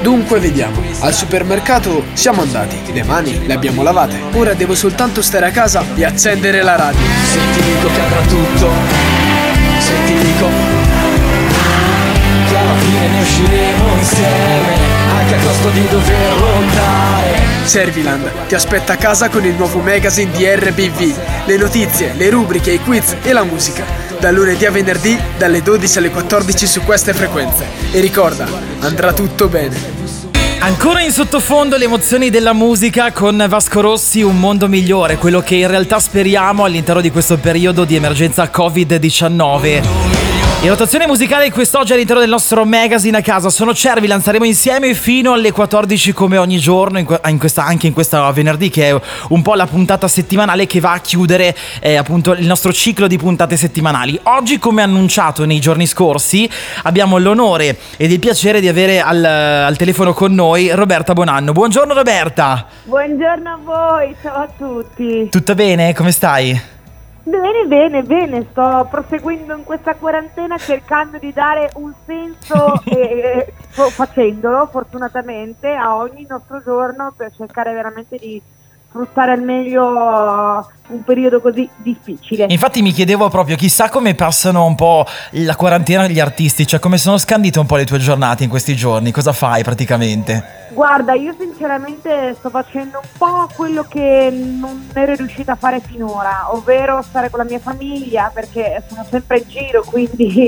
Dunque vediamo, al supermercato siamo andati, le mani le abbiamo lavate, ora devo soltanto stare a casa e accendere la radio. Se ti dico che avrà tutto, se ti dico che alla fine ne usciremo insieme, anche a costo di dover lottare. Serviland ti aspetta a casa con il nuovo magazine di RBV, le notizie, le rubriche, i quiz e la musica, dal lunedì a venerdì dalle 12 alle 14 su queste frequenze. E ricorda, andrà tutto bene. Ancora in sottofondo le emozioni della musica con Vasco Rossi, Un mondo migliore, quello che in realtà speriamo all'interno di questo periodo di emergenza Covid-19. In rotazione musicale quest'oggi all'interno del nostro magazine a casa sono Cerviland, saremo insieme fino alle 14 come ogni giorno, anche in questa venerdì, che è un po' la puntata settimanale che va a chiudere appunto il nostro ciclo di puntate settimanali. Oggi, come annunciato nei giorni scorsi, abbiamo l'onore ed il piacere di avere al telefono con noi Roberta Bonanno. Buongiorno Roberta! Buongiorno a voi, ciao a tutti. Tutto bene? Come stai? Bene, sto proseguendo in questa quarantena cercando di dare un senso e sto facendolo fortunatamente a ogni nostro giorno per cercare veramente di sfruttare al meglio un periodo così difficile. Infatti mi chiedevo proprio, chissà come passano un po' la quarantena gli artisti, cioè come sono scandite un po' le tue giornate in questi giorni, cosa fai praticamente? Guarda, io sinceramente sto facendo un po' quello che non ero riuscita a fare finora, ovvero stare con la mia famiglia, perché sono sempre in giro, quindi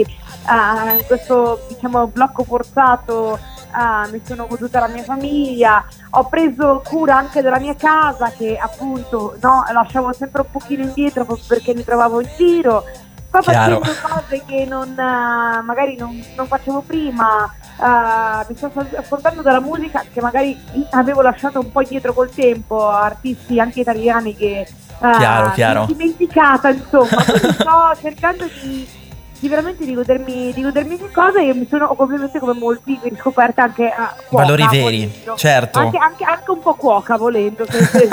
in questo blocco forzato mi sono goduta la mia famiglia, ho preso cura anche della mia casa che appunto lasciavo sempre un pochino indietro perché mi trovavo in giro. Sto facendo cose che magari non facevo prima. Mi sto ascoltando della musica che magari avevo lasciato un po' indietro col tempo, artisti anche italiani che mi ho dimenticata, insomma. Quindi sto cercando di veramente di godermi che cosa, e mi sono ovviamente come molti riscoperta anche cuoca, valori veri, volendo. certo, anche un po' cuoca volendo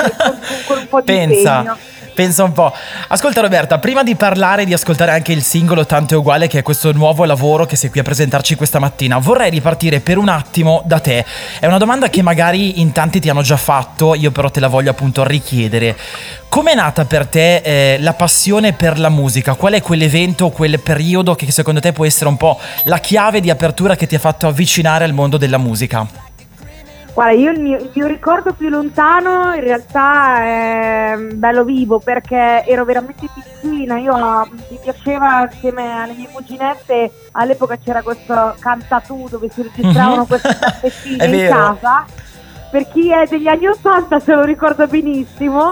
con un po' di impegno. Pensa un po'. Ascolta Roberta, prima di parlare, di ascoltare anche il singolo Tanto è uguale, che è questo nuovo lavoro che sei qui a presentarci questa mattina, vorrei ripartire per un attimo da te. È una domanda che magari in tanti ti hanno già fatto, io però te la voglio appunto richiedere. Com'è nata per te la passione per la musica? Qual è quell'evento, quel periodo che secondo te può essere un po' la chiave di apertura che ti ha fatto avvicinare al mondo della musica? Guarda, io il mio ricordo più lontano in realtà è bello vivo, perché ero veramente piccina, mi piaceva insieme alle mie cuginette, all'epoca c'era questo cantatù dove si registravano queste cassette in casa, per chi è degli anni 80 se lo ricorda benissimo,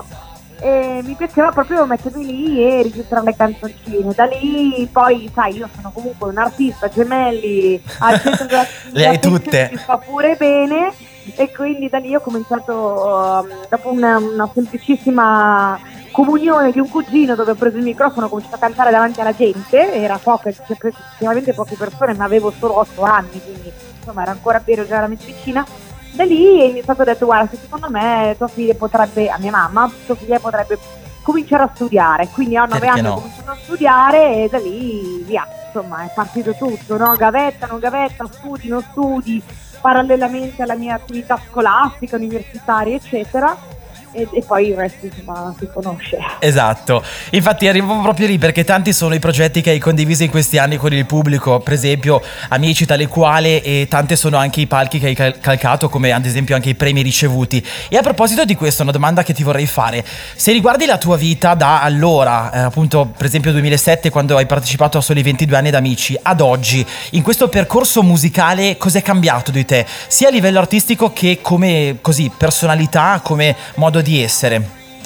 e mi piaceva proprio mettermi lì e registrare le canzoncine. Da lì poi, sai, io sono comunque un artista, gemelli, al centro le hai tutte, mi fa pure bene. E quindi da lì ho cominciato, dopo una semplicissima comunione di un cugino dove ho preso il microfono, ho cominciato a cantare davanti alla gente, era effettivamente poche persone, ma avevo solo 8 anni, quindi insomma ero veramente vicina. Da lì mi è stato detto: guarda, secondo me tua figlia potrebbe cominciare a studiare, quindi a 9 anni ho cominciato a studiare e da lì via, insomma è partito tutto, no? Gavetta, non gavetta, studi, non studi, parallelamente alla mia attività scolastica, universitaria, eccetera, e poi il resto insomma si conosce. Esatto, infatti arrivo proprio lì perché tanti sono i progetti che hai condiviso in questi anni con il pubblico, per esempio Amici tale quale, e tante sono anche i palchi che hai calcato, come ad esempio anche i premi ricevuti. E a proposito di questo, una domanda che ti vorrei fare: se riguardi la tua vita da allora, appunto per esempio 2007, quando hai partecipato a Soli 22 anni ad Amici, ad oggi, in questo percorso musicale cos'è cambiato di te, sia a livello artistico che come personalità, come modo di essere?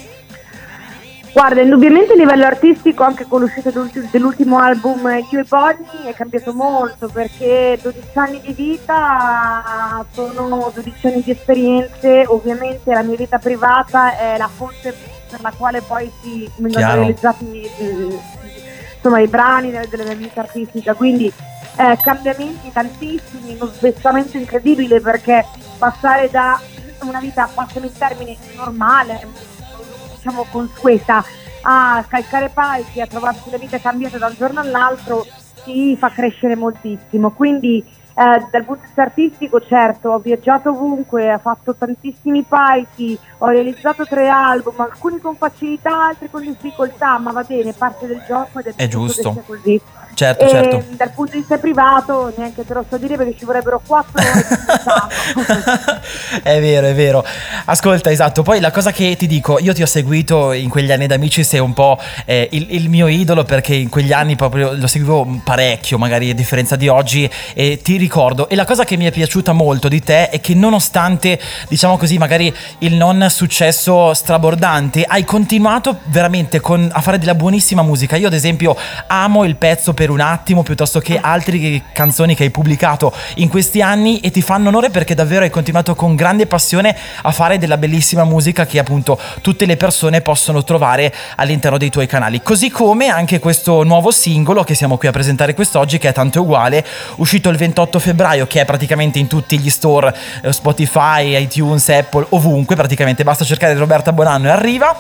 Guarda, indubbiamente a livello artistico, anche con l'uscita dell'ultimo album Io e Bonnie, è cambiato molto, perché 12 anni di vita sono 12 anni di esperienze. Ovviamente la mia vita privata è la fonte per la quale poi si vengono realizzati insomma i brani della mia vita artistica, quindi cambiamenti tantissimi, uno sversamento incredibile, perché passare da una vita, passami il termine, normale, diciamo consueta, a scalcare palchi, a trovarsi la vita cambiata da un giorno all'altro, ti fa crescere moltissimo. Quindi Dal punto di vista artistico, certo, ho viaggiato ovunque, ho fatto tantissimi palchi, ho realizzato 3 album, alcuni con facilità, altri con difficoltà, ma va bene, parte del gioco ed È giusto giusto. che sia così. Certo, E certo. dal punto di vista privato, neanche te lo so dire perché ci vorrebbero 4 ore di pensato. È vero, è vero. Ascolta, esatto. Poi la cosa che ti dico, io ti ho seguito in quegli anni da amici, sei un po' il mio idolo, perché in quegli anni proprio lo seguivo parecchio, magari a differenza di oggi, e ti ricordo. E la cosa che mi è piaciuta molto di te è che nonostante, diciamo così, magari il non successo strabordante, hai continuato veramente a fare della buonissima musica. Io ad esempio amo il pezzo Per un attimo, piuttosto che altre canzoni che hai pubblicato in questi anni, e ti fanno onore perché davvero hai continuato con grande passione a fare della bellissima musica che appunto tutte le persone possono trovare all'interno dei tuoi canali. Così come anche questo nuovo singolo che siamo qui a presentare quest'oggi, che è Tanto è uguale, uscito il 28 febbraio, che è praticamente in tutti gli store, Spotify, iTunes, Apple, ovunque, praticamente basta cercare Roberta Bonanno e arriva.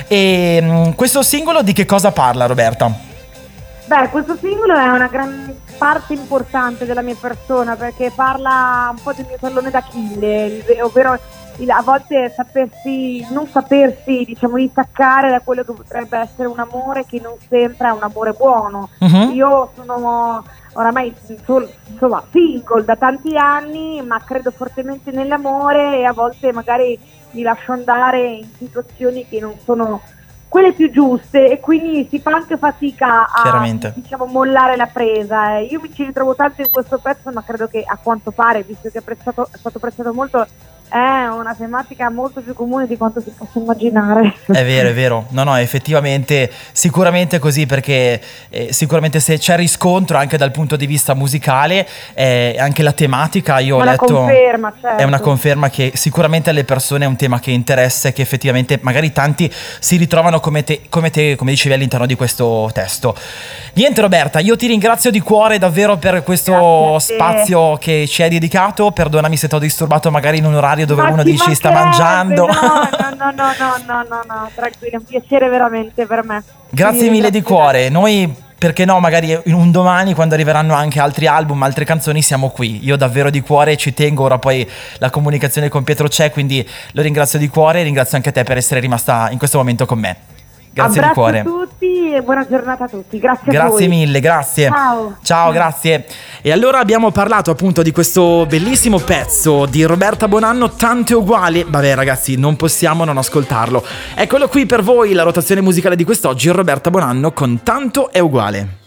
E questo singolo di che cosa parla, Roberta? Beh, questo singolo è una gran parte importante della mia persona perché parla un po' del mio tallone d'Achille, ovvero a volte non sapersi, diciamo, distaccare da quello che potrebbe essere un amore che non sempre è un amore buono. Uh-huh. Io sono oramai insomma single da tanti anni, ma credo fortemente nell'amore e a volte magari mi lascio andare in situazioni che non sono quelle più giuste e quindi si fa anche fatica a, diciamo, mollare la presa. Io mi ci ritrovo tanto in questo pezzo, ma credo che a quanto pare, visto che è stato apprezzato molto, è una tematica molto più comune di quanto si possa immaginare. È vero. No, effettivamente, sicuramente così, perché sicuramente se c'è riscontro anche dal punto di vista musicale, anche la tematica, io ho letto, conferma, certo. È una conferma che sicuramente alle persone è un tema che interessa e che effettivamente magari tanti si ritrovano come dicevi all'interno di questo testo. Niente Roberta, io ti ringrazio di cuore davvero per questo spazio che ci hai dedicato. Perdonami se ti ho disturbato magari in un orario dove uno dice sta mangiando. No, tranquillo, è un piacere veramente per me. Grazie mille di cuore. Noi, perché no, magari in un domani, quando arriveranno anche altri album, altre canzoni, siamo qui. Io davvero di cuore ci tengo. Ora poi la comunicazione con Pietro c'è, quindi lo ringrazio di cuore e ringrazio anche te per essere rimasta in questo momento con me. Grazie di cuore. Abbraccio a tutti e buona giornata a tutti. Grazie a voi. Grazie mille, grazie. Ciao, grazie. E allora abbiamo parlato appunto di questo bellissimo pezzo di Roberta Bonanno, Tanto è uguale. Vabbè ragazzi, non possiamo non ascoltarlo. Eccolo qui per voi, la rotazione musicale di quest'oggi, Roberta Bonanno con Tanto è uguale.